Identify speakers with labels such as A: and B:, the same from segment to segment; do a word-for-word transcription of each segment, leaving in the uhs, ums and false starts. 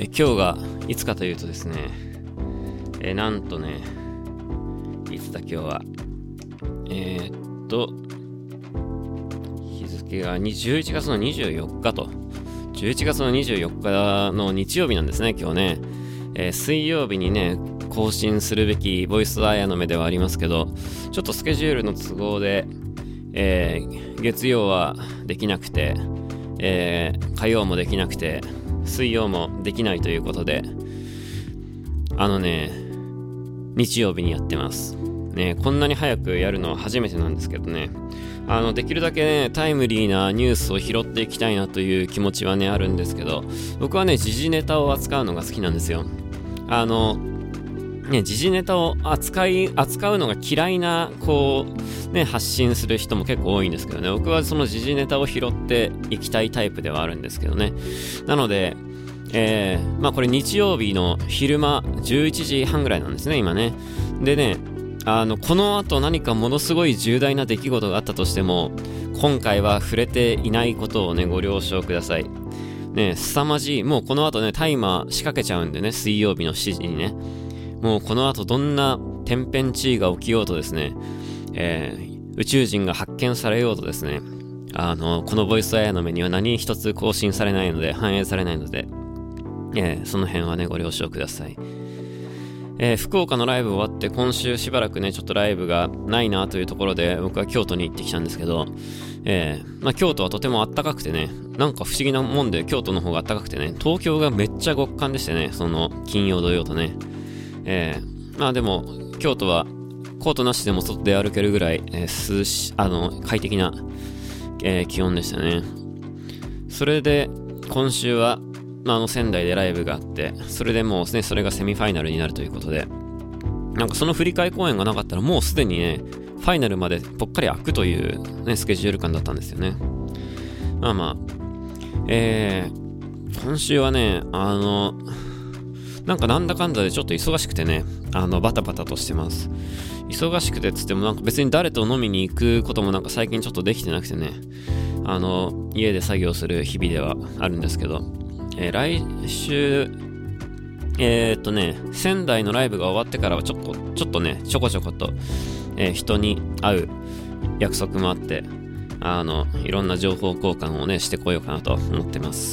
A: え今日がいつかというとですね、えなんとね、いつだ今日はえー、っと日付がじゅういちがつのにじゅうよっかとじゅういちがつのにじゅうよっかの日曜日なんですね。今日ね、えー、水曜日にね更新するべきボイスアヤの目ではありますけど、ちょっとスケジュールの都合で、えー、月曜はできなくて、えー、火曜もできなくて水曜もできないということで、あのね日曜日にやってますね。こんなに早くやるのは初めてなんですけどね、あのできるだけねタイムリーなニュースを拾っていきたいなという気持ちはねあるんですけど、僕はね時事ネタを扱うのが好きなんですよ。あのね時事ネタを扱い扱うのが嫌いなこうね発信する人も結構多いんですけどね、僕はその時事ネタを拾っていきたいタイプではあるんですけどね。なのでえー、まあこれ日曜日の昼間じゅういちじはんぐらいなんですね今ね。でね、あのこの後何かものすごい重大な出来事があったとしても今回は触れていないことをねご了承くださいね。凄まじい、もうこの後ねタイマー仕掛けちゃうんでね、水曜日のしちじにね、もうこの後どんな天変地異が起きようとですね、えー、宇宙人が発見されようとですね、あのこのボイスアヤの目には何一つ更新されないので、反映されないので、えー、その辺はねご了承ください。えー、福岡のライブ終わって今週しばらくねちょっとライブがないなというところで僕は京都に行ってきたんですけど、えーまあ、京都はとても暖かくてね、なんか不思議なもんで京都の方が暖かくてね、東京がめっちゃ極寒でしてね、その金曜土曜とね、えー、まあでも京都はコートなしでも外で歩けるぐらい、えー、涼しあの快適な、えー、気温でしたね。それで今週はまあ、あの仙台でライブがあって、それでもうねそれがセミファイナルになるということで、なんかその振り替え公演がなかったらもうすでにねファイナルまでぽっかり開くという、ね、スケジュール感だったんですよね。まあまあえー、今週はねあのなんかなんだかんだでちょっと忙しくてね、あのバタバタとしてます。忙しくてっつってもなんか別に誰と飲みに行くこともなんか最近ちょっとできてなくてね、あの家で作業する日々ではあるんですけど、えー、来週えー、っとね仙台のライブが終わってからはちょっとちょっとねちょこちょこと、えー、人に会う約束もあって、あのいろんな情報交換をねしてこようかなと思ってます。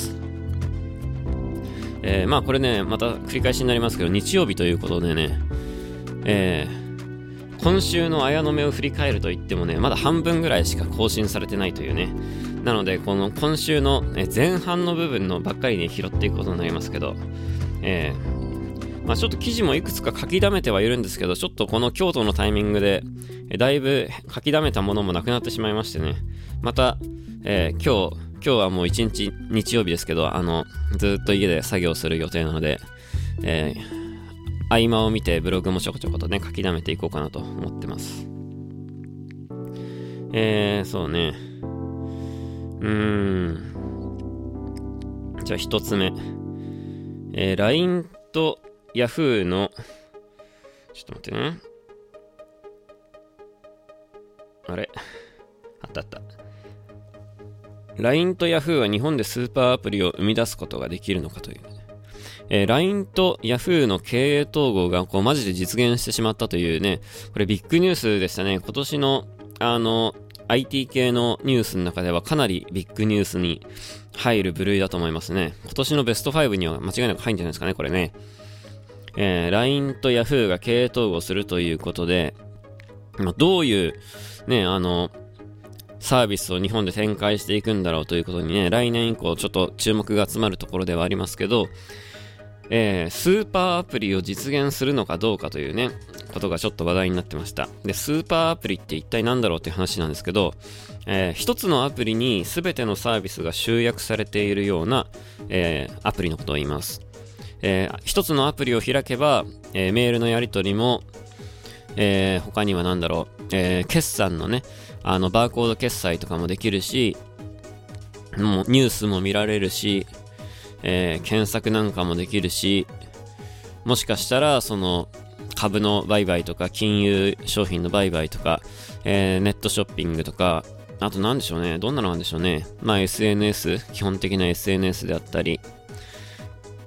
A: えー、まあこれねまた繰り返しになりますけど、日曜日ということでね、えー、今週の綾の目を振り返ると言ってもねまだ半分ぐらいしか更新されてないというね。なのでこの今週の前半の部分のばっかりね拾っていくことになりますけど、えー、まあちょっと記事もいくつか書き溜めてはいるんですけど、ちょっとこの京都のタイミングでだいぶ書き溜めたものもなくなってしまいましてね、また、えー、今日今日はもう一日日曜日ですけど、あのずっと家で作業する予定なので、えー、合間を見てブログもちょこちょことね書き溜めていこうかなと思ってます。えー、そうねうーんじゃあ一つ目、えー、ライン と Yahoo のちょっと待ってね、あれあったあった ライン と Yahoo は日本でスーパーアプリを生み出すことができるのかという、えー、ライン と Yahoo の経営統合がこうマジで実現してしまったというね、これビッグニュースでしたね。今年のあのアイティー 系のニュースの中ではかなりビッグニュースに入る部類だと思いますね。今年のベストごには間違いなく入るんじゃないですかねこれね。えー、ライン と Yahoo が経営統合するということで、まあ、どういうねあのサービスを日本で展開していくんだろうということにね、来年以降ちょっと注目が集まるところではありますけど、えー、スーパーアプリを実現するのかどうかというねことがちょっと話題になってました。でスーパーアプリって一体何だろうっていう話なんですけど、えー、一つのアプリに全てのサービスが集約されているような、えー、アプリのことを言います。えー、一つのアプリを開けば、えー、メールのやり取りも、えー、他には何だろう、えー、決算のねあのバーコード決済とかもできるし、もうニュースも見られるし、えー、検索なんかもできるし、もしかしたらその株の売買とか金融商品の売買とか、えー、ネットショッピングとか、あと何でしょうね、どんなのなんでしょうね、まあ エスエヌエス、基本的な エスエヌエス であったり、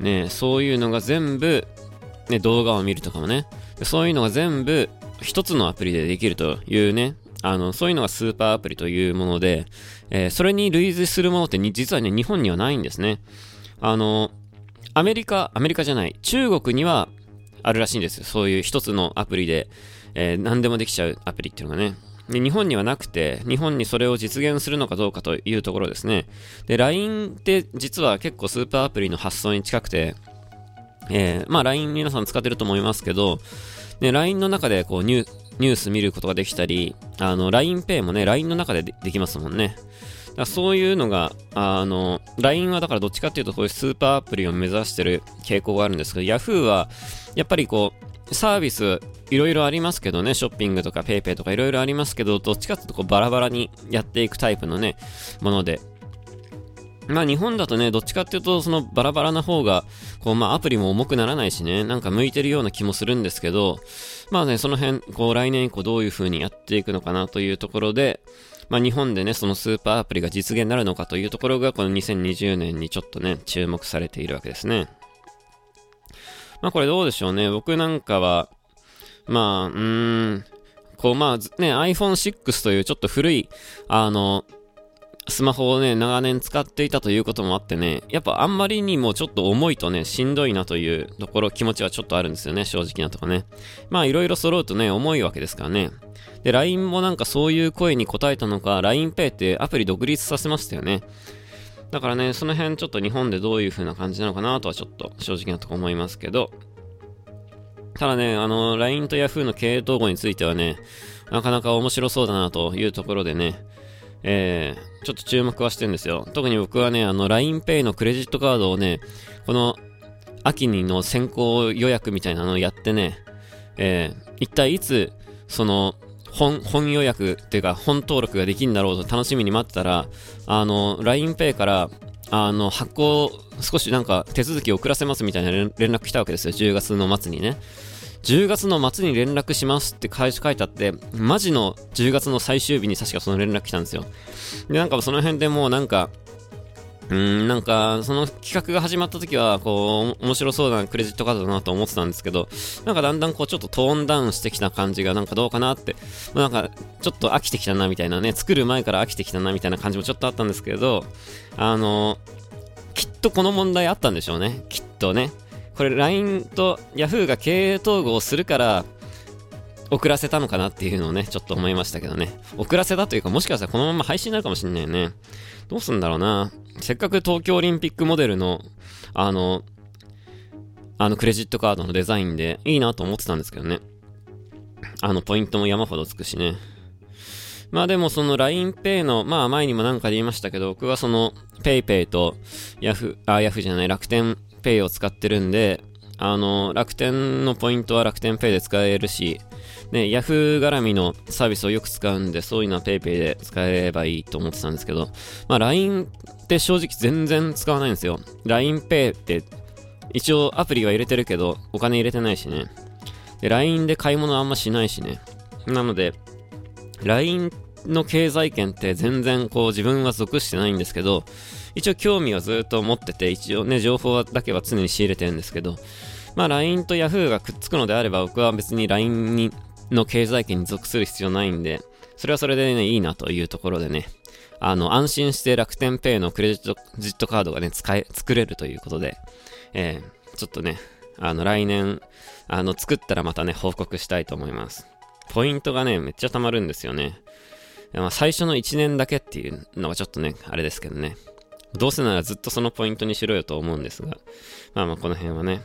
A: ね、そういうのが全部、ね、動画を見るとかもね、そういうのが全部一つのアプリでできるというね、あの、そういうのがスーパーアプリというもので、えー、それに類似するものって実はね、日本にはないんですね。あの、アメリカ、アメリカじゃない、中国にはあるらしいんですよ。そういう一つのアプリで、えー、何でもできちゃうアプリっていうのがね。で、日本にはなくて、日本にそれを実現するのかどうかというところですね。で、ライン って実は結構スーパーアプリの発想に近くて、えー、まあ ライン 皆さん使ってると思いますけど、ね、ライン の中でこうニュニュース見ることができたり、あの ラインペイ もね、ライン の中で で, できますもんね。だからそういうのが、あの、ライン はだからどっちかっていうとこういうスーパーアプリを目指してる傾向があるんですけど、Yahoo はやっぱりこう、サービスいろいろありますけどね、ショッピングとか PayPay とかいろいろありますけど、どっちかっていうとこうバラバラにやっていくタイプのね、もので、まあ日本だとね、どっちかっていうとそのバラバラな方が、こうまあアプリも重くならないしね、なんか向いてるような気もするんですけど、まあね、その辺、こう来年以降どういう風にやっていくのかなというところで、まあ日本でね、そのスーパーアプリが実現になるのかというところが、このにせんにじゅうねんにちょっとね、注目されているわけですね。まあこれどうでしょうね、僕なんかは、まあ、うーん、こうまあね、アイフォンシックス というちょっと古い、あの、スマホをね、長年使っていたということもあってね、やっぱあんまりにもちょっと重いとね、しんどいなというところ、気持ちはちょっとあるんですよね、正直なとこね。まあいろいろ揃うとね、重いわけですからね。で、ライン もなんかそういう声に応えたのか、ラインペイ ってアプリ独立させましたよね。だからね、その辺ちょっと日本でどういう風な感じなのかなとはちょっと正直なとこ思いますけど、ただね、あの、ライン と Yahoo の経営統合についてはね、なかなか面白そうだなというところでね、えー、ちょっと注目はしてるんですよ。特に僕はね、あの ラインペイ のクレジットカードをね、この秋にの先行予約みたいなのをやってね、えー、一体いつその本本予約っていうか本登録ができるんだろうと楽しみに待ってたら、あの ラインペイ からあの発行少しなんか手続きを遅らせますみたいな連絡来たわけですよ。じゅうがつの末にね。じゅうがつの末に連絡しますって書いてあって、マジのじゅうがつの最終日に確かその連絡来たんですよ。で、なんかその辺でもうなんか、うーん、なんか、その企画が始まった時は、こう、面白そうなクレジットカードだなと思ってたんですけど、なんかだんだんこうちょっとトーンダウンしてきた感じがなんかどうかなって、なんかちょっと飽きてきたなみたいなね、作る前から飽きてきたなみたいな感じもちょっとあったんですけど、あの、きっとこの問題あったんでしょうね。きっとね。これ ライン と Yahoo が経営統合するから遅らせたのかなっていうのをねちょっと思いましたけどね。遅らせたというか、もしかしたらこのまま配信になるかもしれないよね。どうすんだろうな。せっかく東京オリンピックモデルのあのあのクレジットカードのデザインでいいなと思ってたんですけどね。あのポイントも山ほどつくしね。まあでもその ラインペイ の、まあ前にも何かで言いましたけど、僕はその PayPay と Yahoo、あ、Yahoo じゃない、楽天ペイを使ってるんで、あの、楽天のポイントは楽天ペイで使えるし、ね、Yahoo 絡みのサービスをよく使うんで、そういうのは PayPay で使えればいいと思ってたんですけど、まあ ライン って正直全然使わないんですよ。ラインペイ って一応アプリは入れてるけど、お金入れてないしね。で、ライン で買い物あんましないしね。なので、ライン の経済圏って全然こう自分は属してないんですけど、一応興味はずっと持ってて、一応ね、情報だけは常に仕入れてるんですけど、まあ ライン と Yahoo がくっつくのであれば、僕は別に ライン にの経済圏に属する必要ないんで、それはそれでね、いいなというところでね、あの、安心して楽天ペイのクレジットカードがね、使え、作れるということで、えー、ちょっとね、あの、来年、あの、作ったらまたね、報告したいと思います。ポイントがね、めっちゃ貯まるんですよね。まあ、最初のいちねんだけっていうのはちょっとね、あれですけどね。どうせならずっとそのポイントにしろよと思うんですが、まあまあこの辺はね。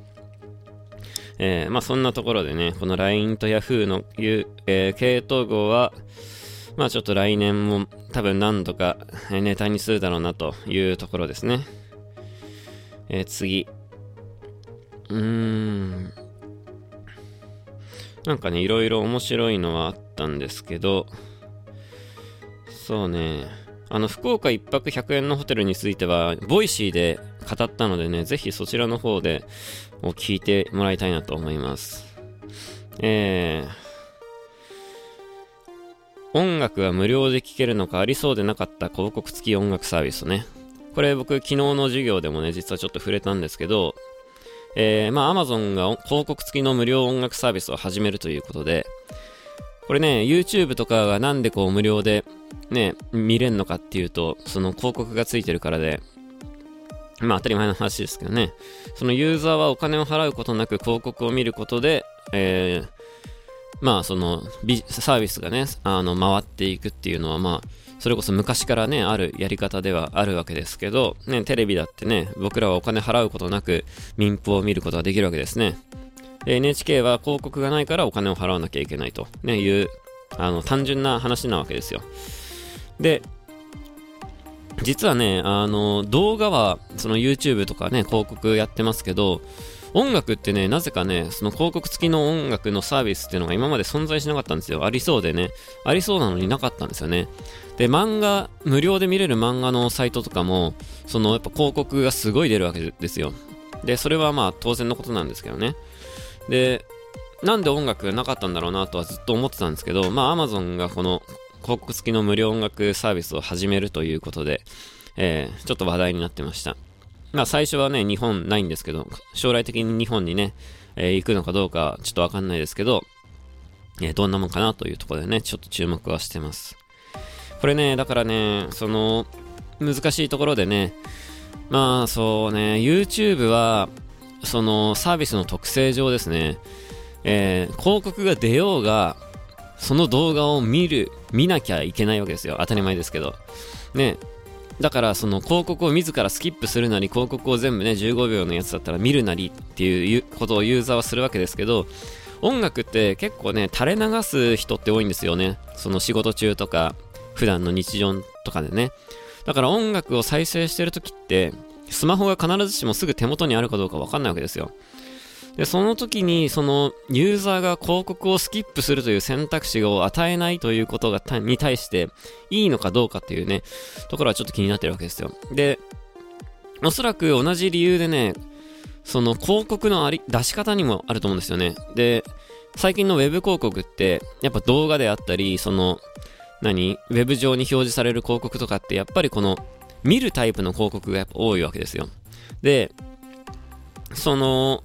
A: えー、まあそんなところでね、この ライン と Yahoo のいう、えー、経営統合は、まあちょっと来年も多分何度かネタにするだろうなというところですね。えー、次。うーん。なんかね、いろいろ面白いのはあったんですけど、そうね、あの、福岡一泊ひゃくえんのホテルについては、ボイシーで語ったのでね、ぜひそちらの方で聞いてもらいたいなと思います。えー、音楽は無料で聴けるのか、ありそうでなかった広告付き音楽サービスね。 これ僕昨日の授業でもね実はちょっと触れたんですけど、えー、まあ Amazon が広告付きの無料音楽サービスを始めるということで、これね YouTube とかがなんでこう無料でね見れるのかっていうと、その広告がついてるからで、まあ当たり前の話ですけどね、そのユーザーはお金を払うことなく広告を見ることで、えー、まあそのサービスがねあの回っていくっていうのは、まあそれこそ昔からねあるやり方ではあるわけですけどね、テレビだってね僕らはお金払うことなく民放を見ることができるわけですね。で エヌエイチケー は広告がないからお金を払わなきゃいけないと、ね、いうあの単純な話なわけですよ。で実はねあの動画はその YouTube とかね広告やってますけど、音楽ってねなぜかねその広告付きの音楽のサービスっていうのが今まで存在しなかったんですよ。ありそうでねありそうなのになかったんですよね。で漫画無料で見れる漫画のサイトとかもそのやっぱ広告がすごい出るわけですよ。でそれはまあ当然のことなんですけどね。でなんで音楽がなかったんだろうなとはずっと思ってたんですけど、まあ Amazon がこの広告付きの無料音楽サービスを始めるということで、えー、ちょっと話題になってました。まあ最初はね日本ないんですけど、将来的に日本にね、えー、行くのかどうかちょっとわかんないですけど、えー、どんなもんかなというところでねちょっと注目はしてます。これねだからねその難しいところでね、まあそうね YouTube はそのサービスの特性上ですね、えー、広告が出ようがその動画を見る見なきゃいけないわけですよ。当たり前ですけどね。だからその広告を自らスキップするなり、広告を全部ねじゅうごびょうのやつだったら見るなりっていうことをユーザーはするわけですけど、音楽って結構ね垂れ流す人って多いんですよね。その仕事中とか普段の日常とかでね。だから音楽を再生してるときってスマホが必ずしもすぐ手元にあるかどうか分かんないわけですよ。でその時にそのユーザーが広告をスキップするという選択肢を与えないということがに対していいのかどうかっていうねところはちょっと気になってるわけですよ。でおそらく同じ理由でねその広告のあり出し方にもあると思うんですよね。で最近のウェブ広告ってやっぱ動画であったりその何ウェブ上に表示される広告とかってやっぱりこの見るタイプの広告がやっぱ多いわけですよ。でその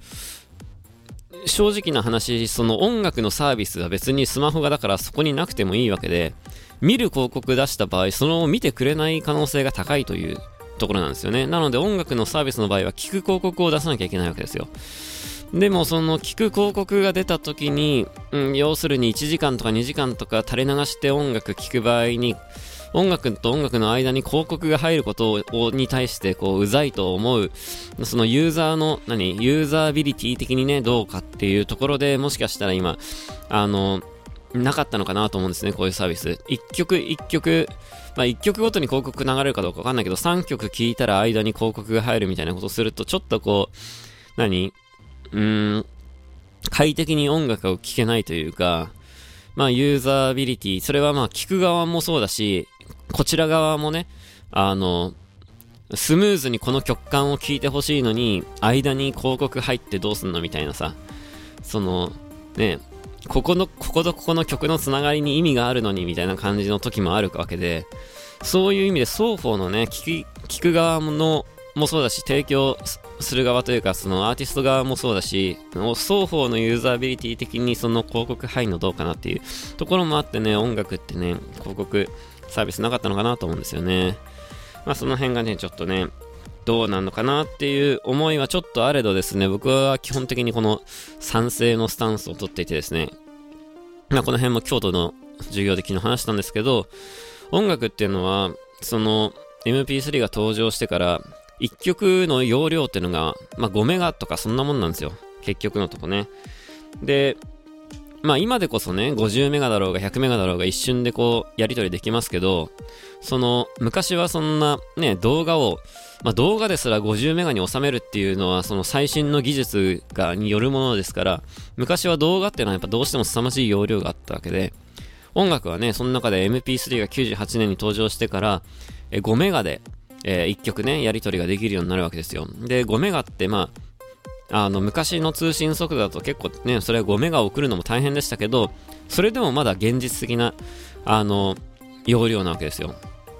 A: 正直な話、その音楽のサービスは別にスマホがだからそこになくてもいいわけで、見る広告出した場合その見てくれない可能性が高いというところなんですよね。なので音楽のサービスの場合は聞く広告を出さなきゃいけないわけですよ。でもその聞く広告が出た時に、うん、要するにいちじかんとかにじかんとか垂れ流して音楽聞く場合に音楽と音楽の間に広告が入ることをに対してこううざいと思うそのユーザーの何ユーザービリティ的にねどうかっていうところでもしかしたら今あのなかったのかなと思うんですね。こういうサービス一曲一曲まあ一曲ごとに広告流れるかどうかわかんないけどさんきょく聴いたら間に広告が入るみたいなことをするとちょっとこう何うーん快適に音楽を聴けないというか、まあユーザービリティそれはまあ聞く側もそうだしこちら側もねあのスムーズにこの曲感を聴いてほしいのに間に広告入ってどうすんのみたいなさ、そのねここのこことここの曲のつながりに意味があるのにみたいな感じの時もあるわけで、そういう意味で双方のね聞く、聞く側のもそうだし提供する側というかそのアーティスト側もそうだし双方のユーザービリティ的にその広告入るのどうかなっていうところもあってね、音楽ってね広告サービスなかったのかなと思うんですよね。まあその辺がねちょっとねどうなんのかなっていう思いはちょっとあれどですね、僕は基本的にこの賛成のスタンスを取っていてですね、まあこの辺も京都の授業で昨日話したんですけど、音楽っていうのはその エムピースリー が登場してからいっきょくの容量っていうのが、まあ、ごメガとかそんなもんなんですよ結局のとこね。でまあ今でこそねごじゅうメガだろうがひゃくメガだろうが一瞬でこうやり取りできますけど、その昔はそんなね動画をまあ動画ですらごじゅうメガに収めるっていうのはその最新の技術がによるものですから、昔は動画っていうのはやっぱどうしても凄まじい容量があったわけで、音楽はねその中で エムピースリー がきゅうじゅうはちねんに登場してからえごメガで、えー、いっきょくねやり取りができるようになるわけですよ。でごメガってまああの昔の通信速度だと結構ねそれはごメガを送るのも大変でしたけど、それでもまだ現実的なあの容量なわけですよ。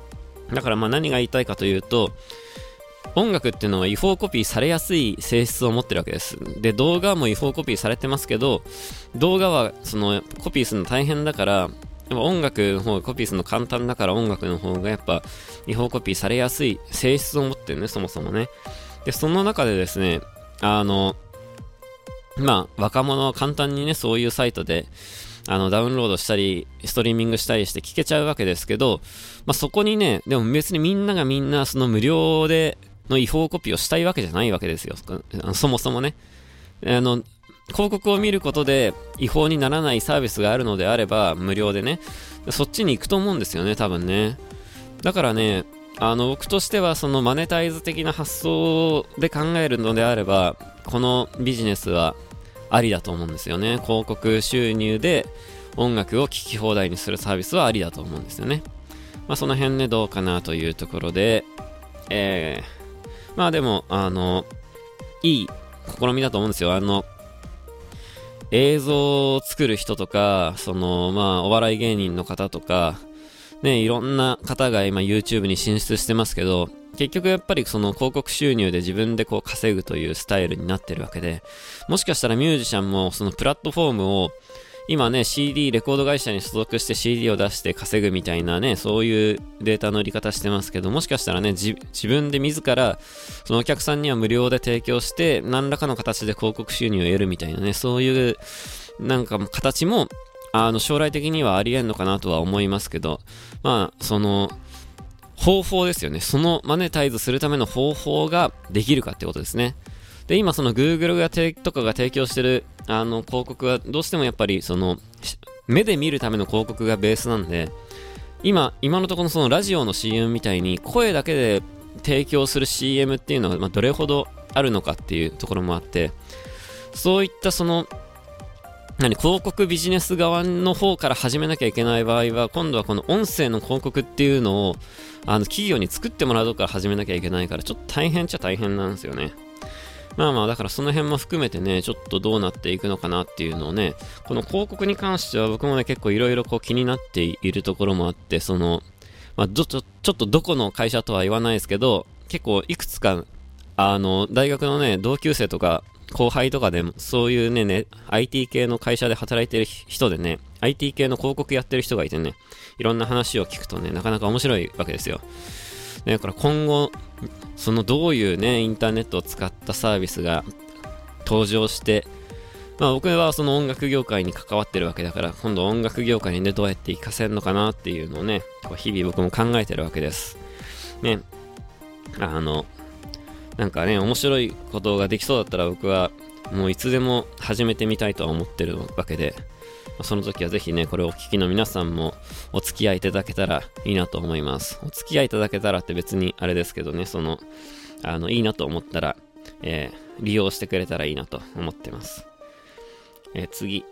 A: だからまあ何が言いたいかというと、音楽っていうのは違法コピーされやすい性質を持ってるわけです。で、動画も違法コピーされてますけど、動画はそのコピーするの大変だから、やっぱ音楽の方がコピーするの簡単だから、音楽の方がやっぱ違法コピーされやすい性質を持ってるね、そもそもね。で、その中でですね、あの、まあ、若者は簡単にね、そういうサイトで、あの、ダウンロードしたり、ストリーミングしたりして聞けちゃうわけですけど、まあ、そこにね、でも別にみんながみんなその無料での違法コピーをしたいわけじゃないわけですよ。そもそもね。あの、広告を見ることで違法にならないサービスがあるのであれば、無料でね、そっちに行くと思うんですよね、多分ね。だからね、あの、僕としてはそのマネタイズ的な発想で考えるのであれば、このビジネスはありだと思うんですよね。広告収入で音楽を聴き放題にするサービスはありだと思うんですよね。まあその辺ね、どうかなというところで、えー、まあでも、あの、いい試みだと思うんですよ。あの、映像を作る人とか、その、まあお笑い芸人の方とか、ね、いろんな方が今 YouTube に進出してますけど、結局やっぱりその広告収入で自分でこう稼ぐというスタイルになってるわけで、もしかしたらミュージシャンもそのプラットフォームを今ね シーディー レコード会社に所属して シーディー を出して稼ぐみたいなね、そういうデータの売り方してますけど、もしかしたらね自分で自らそのお客さんには無料で提供して何らかの形で広告収入を得るみたいなね、そういうなんか形もあの将来的にはありえんのかなとは思いますけど、まあその方法ですよね。そのマネタイズするための方法ができるかってことですね。で、今その Google がとかが提供してるあの広告はどうしてもやっぱりその目で見るための広告がベースなんで、今今のところそのラジオの シーエム みたいに声だけで提供する シーエム っていうのはまあどれほどあるのかっていうところもあって、そういったその何広告ビジネス側の方から始めなきゃいけない場合は、今度はこの音声の広告っていうのをあの企業に作ってもらうとこから始めなきゃいけないから、ちょっと大変っちゃ大変なんですよね。まあまあだからその辺も含めてね、ちょっとどうなっていくのかなっていうのをね、この広告に関しては僕もね結構いろいろこう気になっているところもあって、そのまあちょちょちょっとどこの会社とは言わないですけど、結構いくつかあの大学のね同級生とか後輩とかでもそういうね、ね アイティー 系の会社で働いてる人でね アイティー 系の広告やってる人がいてね、いろんな話を聞くとねなかなか面白いわけですよ。だから今後そのどういうねインターネットを使ったサービスが登場して、まあ僕はその音楽業界に関わってるわけだから、今度音楽業界にねどうやって活かせるのかなっていうのをねこう日々僕も考えてるわけですね。あのなんかね面白いことができそうだったら僕はもういつでも始めてみたいとは思ってるわけで、その時はぜひねこれをお聞きの皆さんもお付き合いいただけたらいいなと思います。お付き合いいただけたらって別にあれですけどね、そのあのいいなと思ったら、えー、利用してくれたらいいなと思ってます。えー、次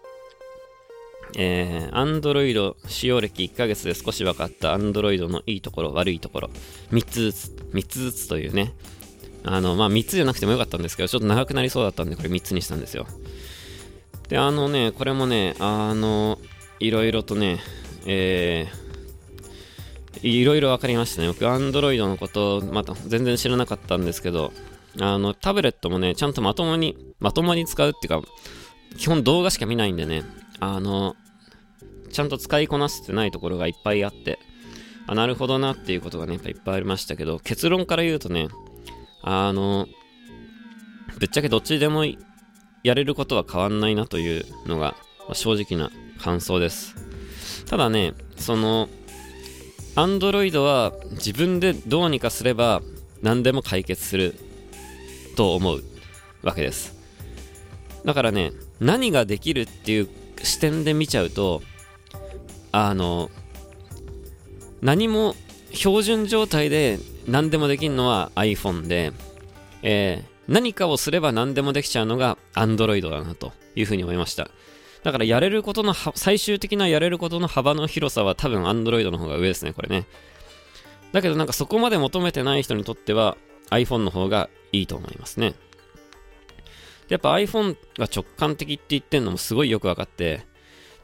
A: えー、Android 使用歴いっかげつで少し分かった Android のいいところ悪いところみっつずつみっつずつというね、あのまあみっつじゃなくてもよかったんですけど、ちょっと長くなりそうだったんでこれみっつにしたんですよ。であのねこれもねあのいろいろとねえー、いろいろ分かりましたね。僕 Android のことまた全然知らなかったんですけど、あのタブレットもねちゃんとまともにまともに使うっていうか、基本動画しか見ないんでね、あのちゃんと使いこなせてないところがいっぱいあって、あなるほどなっていうことがねやっぱいっぱいありましたけど、結論から言うとね、あのぶっちゃけどっちでもやれることは変わんないなというのが正直な感想です。ただねその Android は自分でどうにかすれば何でも解決すると思うわけです。だからね何ができるっていう視点で見ちゃうと、あの何も標準状態で何でもできるのは iPhone で、えー、何かをすれば何でもできちゃうのが Android だなというふうに思いました。だからやれることの最終的なやれることの幅の広さは多分 Android の方が上ですね、これね。だけどなんかそこまで求めてない人にとっては iPhone の方がいいと思いますね。やっぱ iPhone が直感的って言ってんのもすごいよく分かって、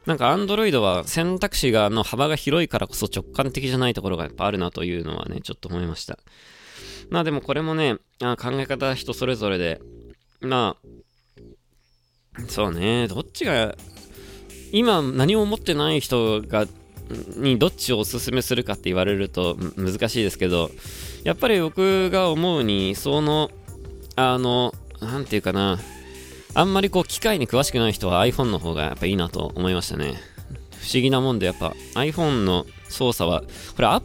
A: なんか Android は選択肢がの幅が広いからこそ直感的じゃないところがやっぱあるなというのはね、ちょっと思いました。まあでもこれもね、あ考え方は人それぞれで、まあ、そうね、どっちが、今何も持ってない人が、にどっちをおすすめするかって言われると難しいですけど、やっぱり僕が思うに、その、あの、なんていうかな、あんまりこう機械に詳しくない人は iPhone の方がやっぱいいなと思いましたね。不思議なもんでやっぱ iPhone の操作は、これ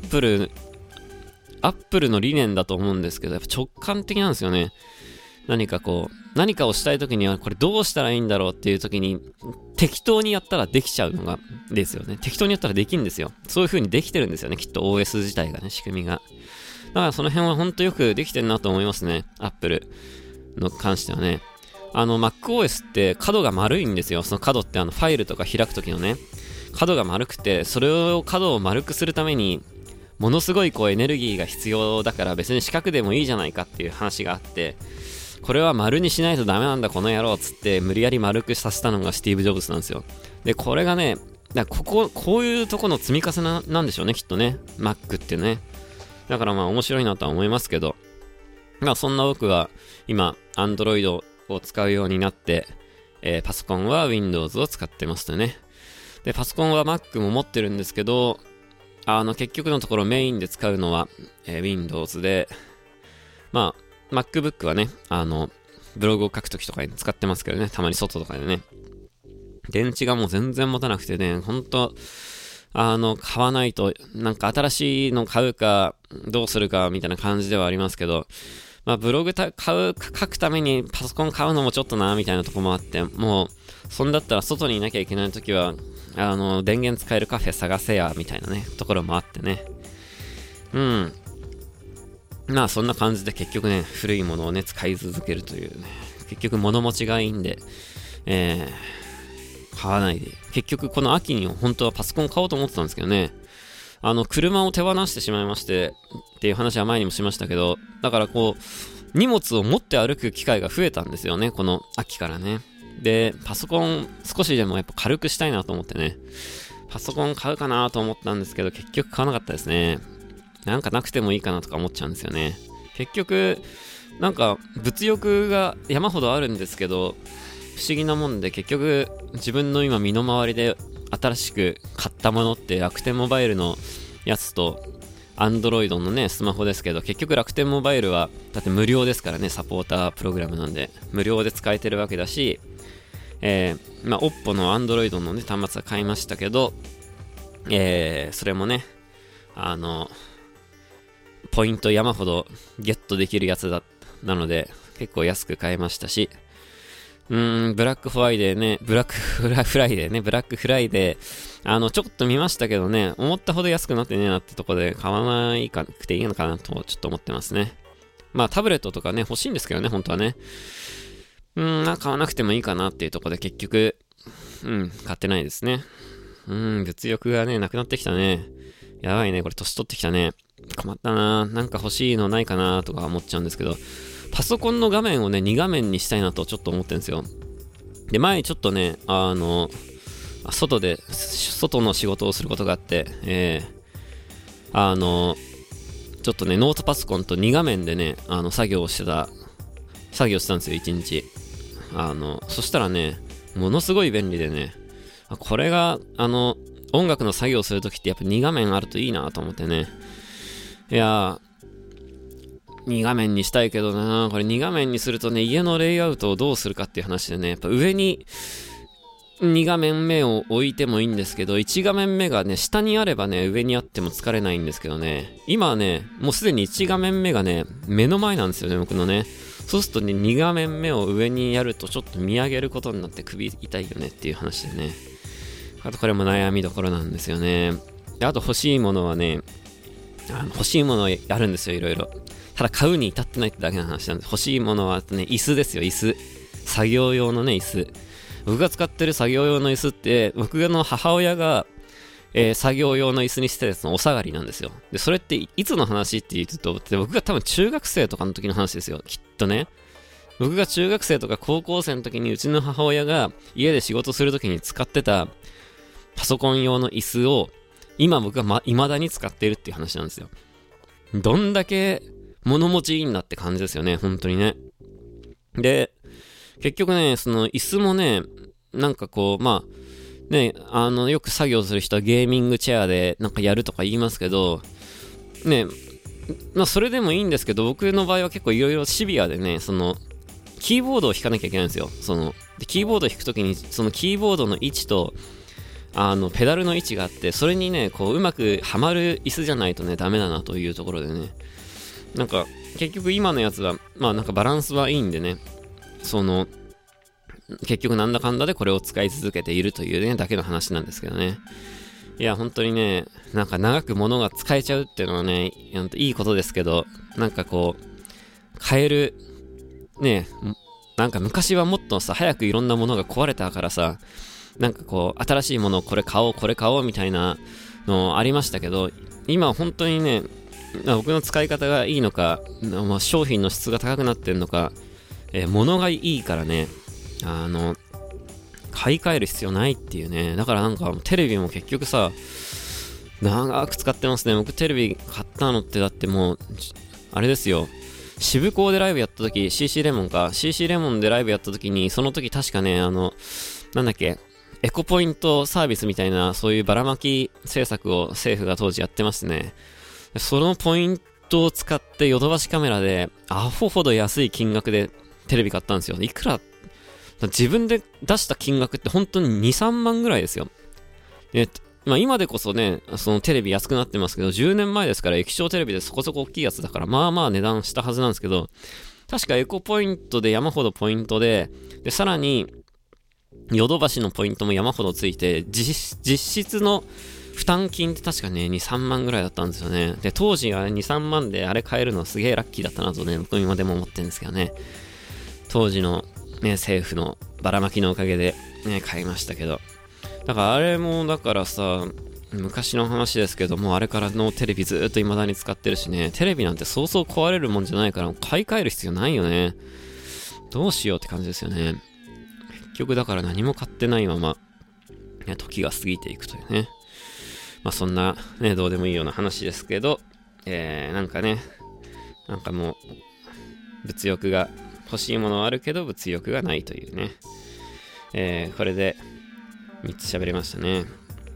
A: Apple、Apple の理念だと思うんですけど、やっぱ直感的なんですよね。何かこう、何かをしたいときにはこれどうしたらいいんだろうっていうときに適当にやったらできちゃうのがですよね。適当にやったらできるんですよ。そういう風にできてるんですよね。きっと オーエス 自体がね、仕組みが。だからその辺は本当よくできてるなと思いますね。Apple の関してはね。あの MacOS って角が丸いんですよ。その角ってあのファイルとか開くときのね、角が丸くて、それを角を丸くするためにものすごいこうエネルギーが必要だから別に四角でもいいじゃないかっていう話があって、これは丸にしないとダメなんだこの野郎っつって無理やり丸くさせたのがスティーブ・ジョブズなんですよ。でこれがね、だこここういうとこの積み重ねなんでしょうね、きっとね、 Mac ってね。だからまあ面白いなとは思いますけど、まあそんな僕は今 Android を使うようになって、えー、パソコンは Windows を使ってますとね。でパソコンは Mac も持ってるんですけど、あの結局のところメインで使うのは、えー、Windows で、まあMacBook はね、あの、ブログを書くときとかに使ってますけどね、たまに外とかでね。電池がもう全然持たなくてね、ほんと、あの、買わないと、なんか新しいの買うか、どうするかみたいな感じではありますけど、まあ、ブログた買う、書くためにパソコン買うのもちょっとな、みたいなとこもあって、もう、そんだったら外にいなきゃいけないときは、あの、電源使えるカフェ探せや、みたいなね、ところもあってね。うん。まあそんな感じで結局ね、古いものをね、使い続けるというね、結局物持ちがいいんで、えー、買わないで。結局この秋に本当はパソコン買おうと思ってたんですけどね、あの、車を手放してしまいまして、っていう話は前にもしましたけど、だからこう、荷物を持って歩く機会が増えたんですよね、この秋からね。で、パソコン少しでもやっぱ軽くしたいなと思ってね、パソコン買うかなと思ったんですけど、結局買わなかったですね。なんかなくてもいいかなとか思っちゃうんですよね。結局なんか物欲が山ほどあるんですけど、不思議なもんで結局自分の今身の回りで新しく買ったものって楽天モバイルのやつと Android のねスマホですけど、結局楽天モバイルはだって無料ですからね、サポータープログラムなんで無料で使えてるわけだし、えー、まあ Oppo の Android のね端末は買いましたけど、えー、それもねあのポイント山ほどゲットできるやつだなので結構安く買えましたし、うーんブラックフライデーねブラックフライデーねブラックフライデーあのちょっと見ましたけどね、思ったほど安くなってねえなってとこで買わないかくていいのかなとちょっと思ってますね。まあタブレットとかね欲しいんですけどね、本当はね、うーん買わなくてもいいかなっていうところで結局うん買ってないですね。うーん物欲がねなくなってきたね。やばいね、これ年取ってきたね。困ったな、なんか欲しいのないかなとか思っちゃうんですけど、パソコンの画面をねに画面にしたいなとちょっと思ってるんですよ。で前ちょっとねあの外で外の仕事をすることがあって、えー、あのちょっとねノートパソコンとに画面でねあの作業をしてた作業してたんですよいちにち。あのそしたらねものすごい便利でね、これがあの音楽の作業するときってやっぱに画面あるといいなと思ってね。いやーに画面にしたいけどな、これに画面にするとね家のレイアウトをどうするかっていう話でね、やっぱ上にに画面目を置いてもいいんですけど、いち画面目がね下にあればね上にあっても疲れないんですけどね、今はねもうすでにいち画面目がね目の前なんですよね僕のね。そうするとねに画面目を上にやるとちょっと見上げることになって首痛いよねっていう話でね、あとこれも悩みどころなんですよね。であと欲しいものはね、あの欲しいものはあるんですよいろいろ。ただ買うに至ってないってだけの話なんで、欲しいものはね椅子ですよ、椅子、作業用のね椅子。僕が使ってる作業用の椅子って僕の母親が、えー、作業用の椅子にしてたやつのお下がりなんですよ。でそれっていつの話って言うと、僕が多分中学生とかの時の話ですよきっとね。僕が中学生とか高校生の時にうちの母親が家で仕事する時に使ってたパソコン用の椅子を今僕がま、未だに使っているっていう話なんですよ。どんだけ物持ちいいんだって感じですよね、本当にね。で、結局ね、その椅子もね、なんかこう、まあ、ね、あの、よく作業する人はゲーミングチェアでなんかやるとか言いますけど、ね、まあそれでもいいんですけど、僕の場合は結構いろいろシビアでね、その、キーボードを弾かなきゃいけないんですよ。その、でキーボードを弾くときに、そのキーボードの位置と、あのペダルの位置があって、それにねこううまくはまる椅子じゃないとねダメだなというところでね、なんか結局今のやつはまあなんかバランスはいいんでね、その結局なんだかんだでこれを使い続けているというねだけの話なんですけどね。いや本当にね、なんか長く物が使えちゃうっていうのはねいいことですけど、なんかこう変えるね、なんか昔はもっとさ早くいろんなものが壊れたからさ、なんかこう新しいものをこれ買おうこれ買おうみたいなのありましたけど、今本当にね僕の使い方がいいのか、まあ、商品の質が高くなってるのか、えー、物がいいからね、あの買い替える必要ないっていうね。だからなんかテレビも結局さ長く使ってますね。僕テレビ買ったのってだってもうあれですよ、渋港でライブやった時 シーシー レモンか シーシー レモンでライブやった時に、その時確かねあのなんだっけエコポイントサービスみたいなそういうばらまき政策を政府が当時やってますね。そのポイントを使ってヨドバシカメラでアホほど安い金額でテレビ買ったんですよ。いくら自分で出した金額って本当にに、さんまんぐらいですよ。で、まあ、今でこそねそのテレビ安くなってますけど、じゅうねんまえですから液晶テレビでそこそこ大きいやつだからまあまあ値段したはずなんですけど、確かエコポイントで山ほどポイントで、でさらにヨドバシのポイントも山ほどついて、実, 実質の負担金って確かねに、さんまんぐらいだったんですよね。で当時あれに、さんまんであれ買えるのはすげえラッキーだったなとね僕今でも思ってるんですけどね。当時のね政府のばらまきのおかげでね買いましたけど、だからあれもだからさ昔の話ですけども、あれからのテレビずーっと未だに使ってるしね、テレビなんてそうそう壊れるもんじゃないから買い替える必要ないよね。どうしようって感じですよね。結局だから何も買ってないまま、ね、時が過ぎていくというね。まあそんなねどうでもいいような話ですけど、えー、なんかねなんかもう物欲が欲しいものはあるけど物欲がないというね、えー、これでみっつ喋れましたね。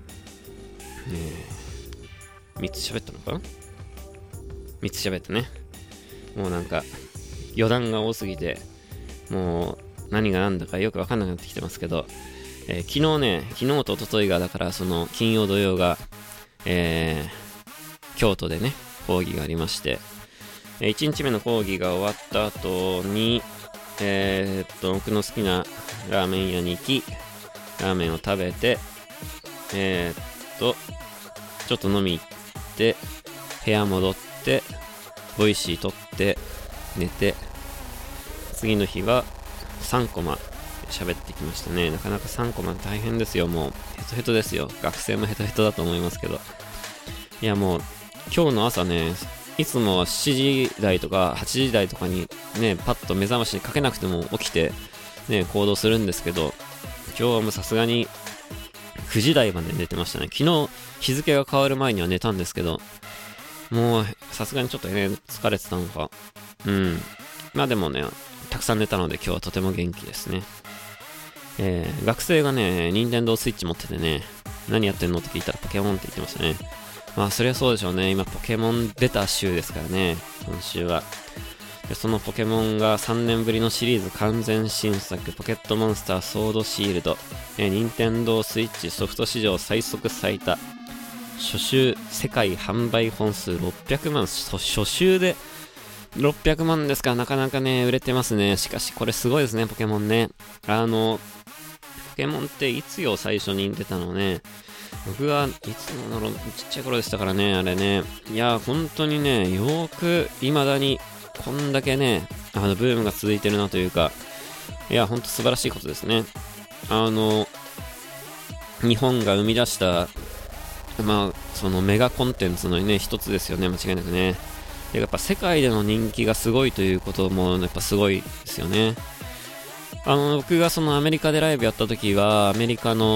A: えー、みっつ喋ったのかな ?みっ つ喋ったね。もうなんか余談が多すぎてもう何が何だかよく分かんなくなってきてますけど、えー、昨日ね昨日と一昨日がだからその金曜土曜が、えー、京都でね講義がありまして、えー、いちにちめの講義が終わった後にえー、っと僕の好きなラーメン屋に行きラーメンを食べて、えー、っとちょっと飲み行って部屋戻ってボイシー撮って寝て、次の日はさんコマ喋ってきましたね。なかなかさんコマ大変ですよ。もうヘトヘトですよ。学生もヘトヘトだと思いますけど、いやもう今日の朝ね、いつもはしちじ台とかはちじ台とかにねパッと目覚ましにかけなくても起きてね行動するんですけど、今日はもうさすがにくじ台まで寝てましたね。昨日日付が変わる前には寝たんですけど、もうさすがにちょっとね疲れてたのか、うんまあでもねたくさん寝たので今日はとても元気ですね。えー、学生がね任天堂スイッチ持っててね、何やってんのって聞いたらポケモンって言ってましたね。まあそりゃそうでしょうね。今ポケモン出た週ですからね、今週は。でそのポケモンがさんねんぶりのシリーズ完全新作ポケットモンスターソードシールド、えー、任天堂スイッチソフト史上最速最多初週世界販売本数ろっぴゃくまん、初週でろっぴゃくまんですから、なかなかね売れてますね。しかしこれすごいですね、ポケモンね。あのポケモンっていつよ最初に出たのね、僕がいつの頃ちっちゃい頃でしたからね、あれね。いや本当にねよーく未だにこんだけねあのブームが続いてるなというか、いや本当素晴らしいことですね。あの日本が生み出したまあそのメガコンテンツのね一つですよね、間違いなくね。でやっぱ世界での人気がすごいということもやっぱすごいですよね。あの僕がそのアメリカでライブやった時はアメリカの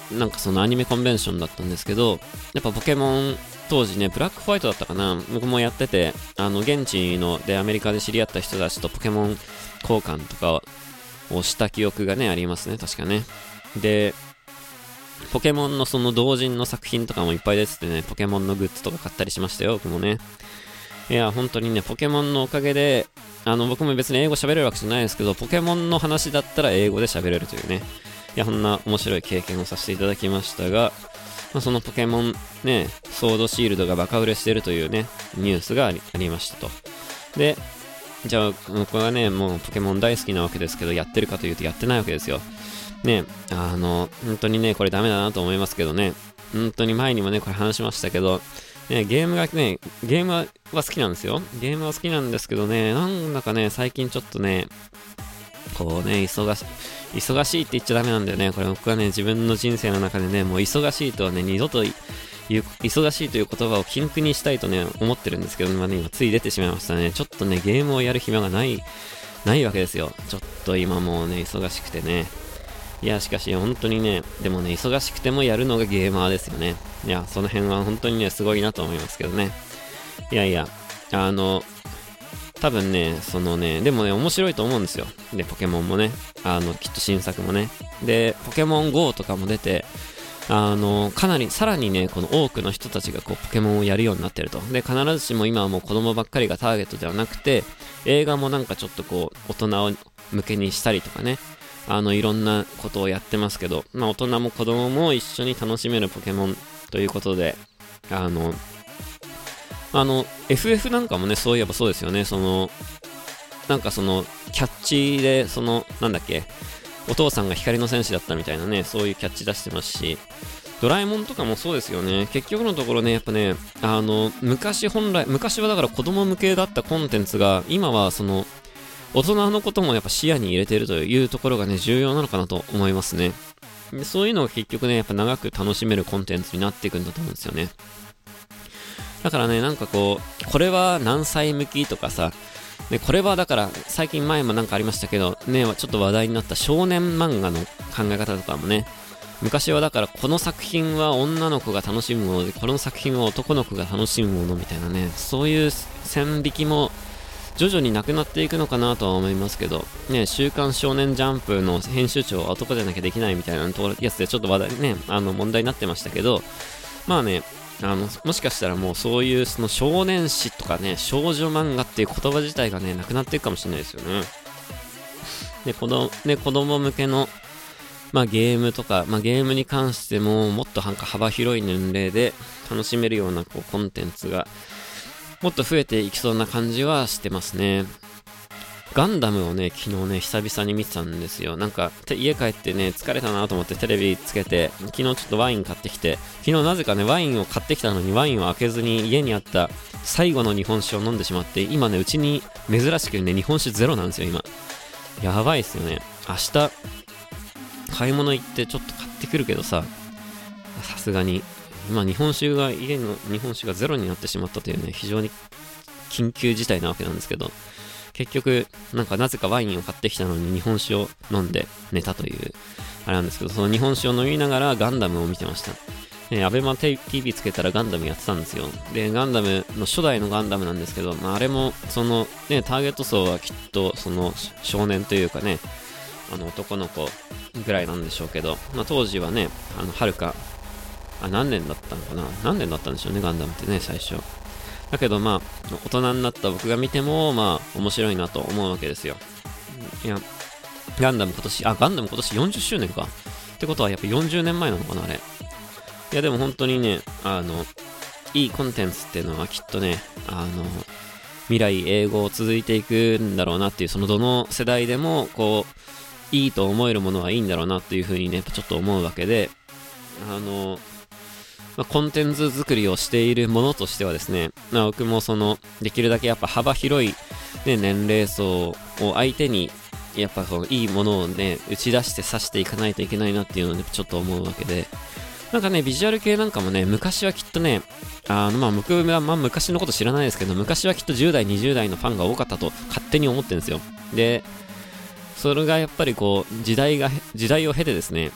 A: なんかそのアニメコンベンションだったんですけど、やっぱポケモン当時ねブラックホワイトだったかな、僕もやってて、あの現地のでアメリカで知り合った人たちとポケモン交換とかをした記憶がねありますね、確かね。でポケモンのその同人の作品とかもいっぱい出ててね、ポケモンのグッズとか買ったりしましたよ、僕もね。いや本当にねポケモンのおかげで、あの僕も別に英語喋れるわけじゃないですけど、ポケモンの話だったら英語で喋れるというね、いやこんな面白い経験をさせていただきましたが、まあ、そのポケモンねソードシールドがバカ売れしてるというねニュースがあり、ありましたと。でじゃあ僕はねもうポケモン大好きなわけですけど、やってるかというとやってないわけですよね。あの本当にねこれダメだなと思いますけどね、本当に前にもねこれ話しましたけどね、ゲームがねゲームは好きなんですよ、ゲームは好きなんですけどね、なんだかね最近ちょっとねこうね忙しい忙しいって言っちゃダメなんだよね。これ僕はね自分の人生の中でねもう忙しいとはね二度と忙しいという言葉を禁句にしたいとね思ってるんですけど、まあね、今つい出てしまいましたね。ちょっとねゲームをやる暇がないないわけですよ。ちょっと今もうね忙しくてね、いやしかし本当にね、でもね忙しくてもやるのがゲーマーですよね。いやその辺は本当にねすごいなと思いますけどね。いやいやあの多分ねそのねでもね面白いと思うんですよ。でポケモンもねあのきっと新作もねでポケモン ゴー とかも出て、あのかなりさらにねこの多くの人たちがこうポケモンをやるようになってると。で必ずしも今はもう子供ばっかりがターゲットではなくて、映画もなんかちょっとこう大人を向けにしたりとかね、あのいろんなことをやってますけど、まあ大人も子供も一緒に楽しめるポケモンということで、あのあの エフエフ なんかもねそういえばそうですよね。そのなんかそのキャッチでそのなんだっけお父さんが光の戦士だったみたいなね、そういうキャッチ出してますし、ドラえもんとかもそうですよね。結局のところねやっぱねあの昔本来昔はだから子供向けだったコンテンツが今はその大人のこともやっぱ視野に入れているというところがね重要なのかなと思いますね。でそういうのが結局ねやっぱ長く楽しめるコンテンツになっていくんだと思うんですよね。だからねなんかこうこれは何歳向きとかさ、ね、これはだから最近前もなんかありましたけどね、ちょっと話題になった少年漫画の考え方とかもね、昔はだからこの作品は女の子が楽しむものでこの作品は男の子が楽しむものみたいなね、そういう線引きも徐々になくなっていくのかなとは思いますけどね。週刊少年ジャンプの編集長は男じゃなきゃできないみたいなやつでちょっと話題ねあの問題になってましたけど、まあねあのもしかしたらもうそういうその少年誌とかね少女漫画っていう言葉自体がねなくなっていくかもしれないですよね。で子供で子供向けのまあゲームとか、まあ、ゲームに関してももっと幅広い年齢で楽しめるようなこうコンテンツがもっと増えていきそうな感じはしてますね。ガンダムをね昨日ね久々に見てたんですよ。なんか家帰ってね疲れたなと思ってテレビつけて、昨日ちょっとワイン買ってきて、昨日なぜかねワインを買ってきたのにワインを開けずに家にあった最後の日本酒を飲んでしまって、今ねうちに珍しくね日本酒ゼロなんですよ今。やばいっすよね。明日買い物行ってちょっと買ってくるけどさ、さすがに今日本酒が家の日本酒がゼロになってしまったというね非常に緊急事態なわけなんですけど、結局なんかなぜかワインを買ってきたのに日本酒を飲んで寝たというあれなんですけど、その日本酒を飲みながらガンダムを見てました。ね、アベマ ティーブイ つけたらガンダムやってたんですよ。でガンダムの初代のガンダムなんですけど、まあ、あれもそのねターゲット層はきっとその少年というかねあの男の子ぐらいなんでしょうけど、まあ、当時はねあのはるかあ何年だったのかな何年だったんでしょうねガンダムってね最初だけど、まあ大人になった僕が見てもまあ面白いなと思うわけですよ。いやガンダム今年あガンダム今年よんじゅっしゅうねんかってことはやっぱよんじゅうねんまえなのかなあれ。いやでも本当にねあのいいコンテンツっていうのはきっとねあの未来永劫続いていくんだろうなっていう、そのどの世代でもこういいと思えるものはいいんだろうなっていう風にねちょっと思うわけで、あのまあ、コンテンツ作りをしているものとしてはですね、まあ、僕もそのできるだけやっぱ幅広い、ね、年齢層を相手にやっぱそのいいものをね打ち出して指していかないといけないなっていうのを、ね、ちょっと思うわけで、なんかねビジュアル系なんかもね昔はきっとねあのまあ僕はまあ昔のこと知らないですけど、昔はきっとじゅう代にじゅう代のファンが多かったと勝手に思ってるんですよ。でそれがやっぱりこう時代が時代を経てですね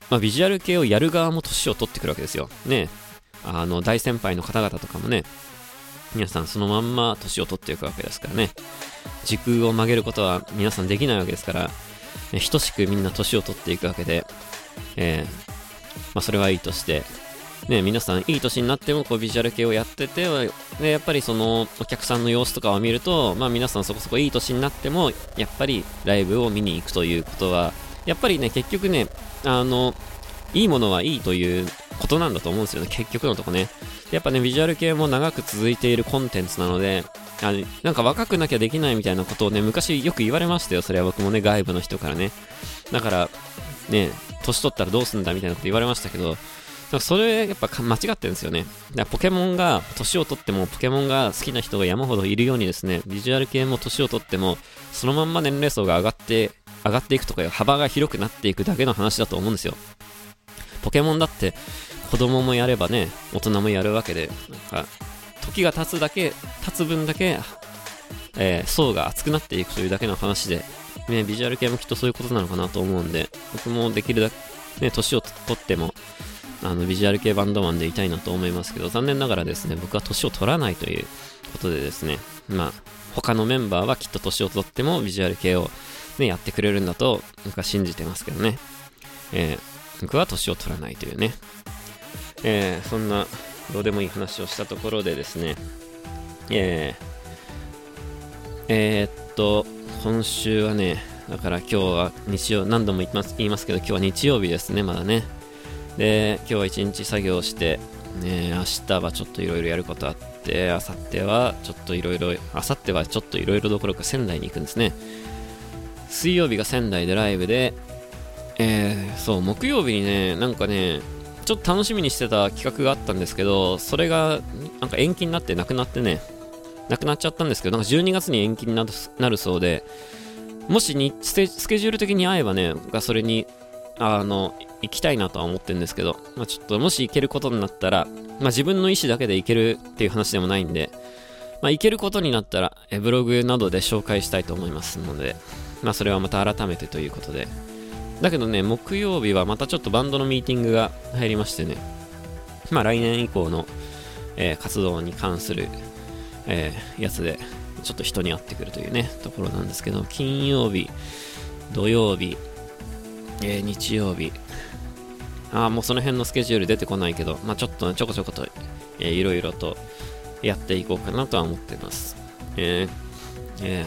A: まあ、ビジュアル系をやる側も年を取ってくるわけですよ。ね、あの大先輩の方々とかもね、皆さんそのまんま年を取っていくわけですからね。時空を曲げることは皆さんできないわけですから、ね、等しくみんな年を取っていくわけで、えーまあ、それはいいとして、ね、皆さんいい年になってもこうビジュアル系をやってて、ね、やっぱりそのお客さんの様子とかを見ると、まあ、皆さんそこそこいい年になってもやっぱりライブを見に行くということはやっぱりね、結局ね、あのいいものはいいということなんだと思うんですよね、結局のとこね。やっぱね、ビジュアル系も長く続いているコンテンツなので、あのなんか若くなきゃできないみたいなことをね、昔よく言われましたよ。それは僕もね、外部の人からね。だからね、年取ったらどうすんだみたいなこと言われましたけど、それやっぱ間違ってるんですよね。だからポケモンが年を取ってもポケモンが好きな人が山ほどいるようにですね、ビジュアル系も年を取ってもそのまんま年齢層が上がって上がっていくとかいう幅が広くなっていくだけの話だと思うんですよ。ポケモンだって子供もやればね、大人もやるわけで、なんか時が経つだけ経つ分だけ、えー、層が厚くなっていくというだけの話で、ね、ビジュアル系もきっとそういうことなのかなと思うんで、僕もできるだけね、年を取ってもあのビジュアル系バンドマンでいたいなと思いますけど、残念ながらですね、僕は年を取らないということでですね、まあ他のメンバーはきっと年を取ってもビジュアル系を、ね、やってくれるんだと僕は信じてますけどね、えー、僕は年を取らないというね、えー、そんなどうでもいい話をしたところでですね、えー、えー、っと今週はね、だから今日は日曜、何度も言います、言いますけど今日は日曜日ですね、まだね。で、今日は一日作業して、ね、明日はちょっといろいろやることあって、明後日はちょっといろいろ、明後日はちょっといろいろどころか仙台に行くんですね。水曜日が仙台でライブで、えー、そう、木曜日にね、なんかね、ちょっと楽しみにしてた企画があったんですけど、それがなんか延期になってなくなってね、なくなっちゃったんですけど、なんかじゅうにがつに延期になる、なるそうで、もしにスケ、スケジュール的に合えばね、僕はそれに、あの、行きたいなとは思ってるんですけど、まあ、ちょっともし行けることになったら、まあ、自分の意思だけで行けるっていう話でもないんで、まあ、行けることになったらえブログなどで紹介したいと思いますので、まあ、それはまた改めてということで。だけどね、木曜日はまたちょっとバンドのミーティングが入りましてね、まあ、来年以降の、えー、活動に関する、えー、やつでちょっと人に会ってくるというねところなんですけど、金曜日、土曜日、えー、日曜日、あーもうその辺のスケジュール出てこないけど、まあ、ちょっとちょこちょこと、えー、いろいろとやっていこうかなとは思っています。えー、え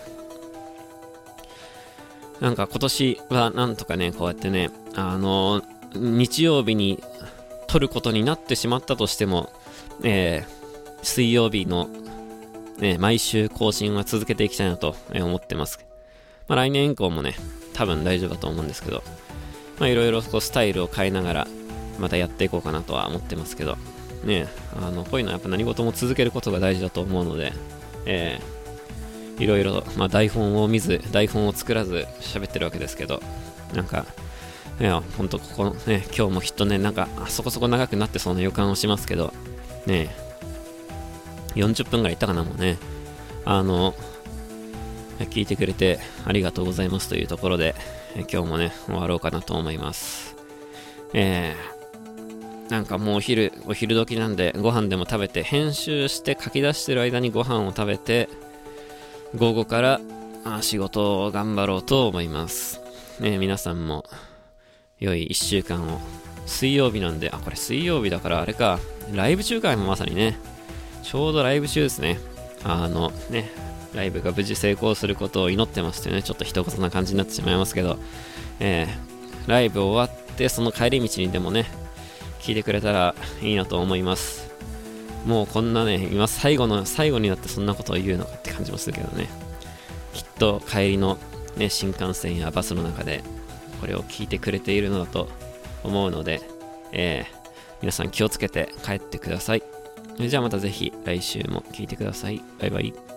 A: ー、なんか今年はなんとかね、こうやってね、あのー、日曜日に撮ることになってしまったとしても、えー、水曜日の、ね、毎週更新は続けていきたいなと思ってます。まあ、来年以降もね、多分大丈夫だと思うんですけど、まあいろいろこうスタイルを変えながらまたやっていこうかなとは思ってますけどね、あのこういうのはやっぱ何事も続けることが大事だと思うので、えー、いろいろ、まあ、台本を見ず台本を作らず喋ってるわけですけど、なんかいやほんとここのね、今日もきっとね、なんかそこそこ長くなってそうな予感をしますけどね、よんじゅっぷんぐらいいったかな、もうね。あの聞いてくれてありがとうございますというところで、え今日もね終わろうかなと思います。えー、なんかもうお昼お昼時なんでご飯でも食べて、編集して書き出してる間にご飯を食べて、午後からあ仕事を頑張ろうと思います。ね、皆さんも良いいっしゅうかんを。水曜日なんで、あこれ水曜日だからあれか、ライブ中間もまさにね、ちょうどライブ中ですね。あのね、ライブが無事成功することを祈ってましてね、ちょっと一言な感じになってしまいますけど、えー、ライブ終わってその帰り道にでもね聞いてくれたらいいなと思います。もうこんなね、今最後の最後になってそんなことを言うのかって感じもするけどね、きっと帰りの、ね、新幹線やバスの中でこれを聞いてくれているのだと思うので、えー、皆さん気をつけて帰ってください。じゃあまたぜひ来週も聞いてください。バイバイ。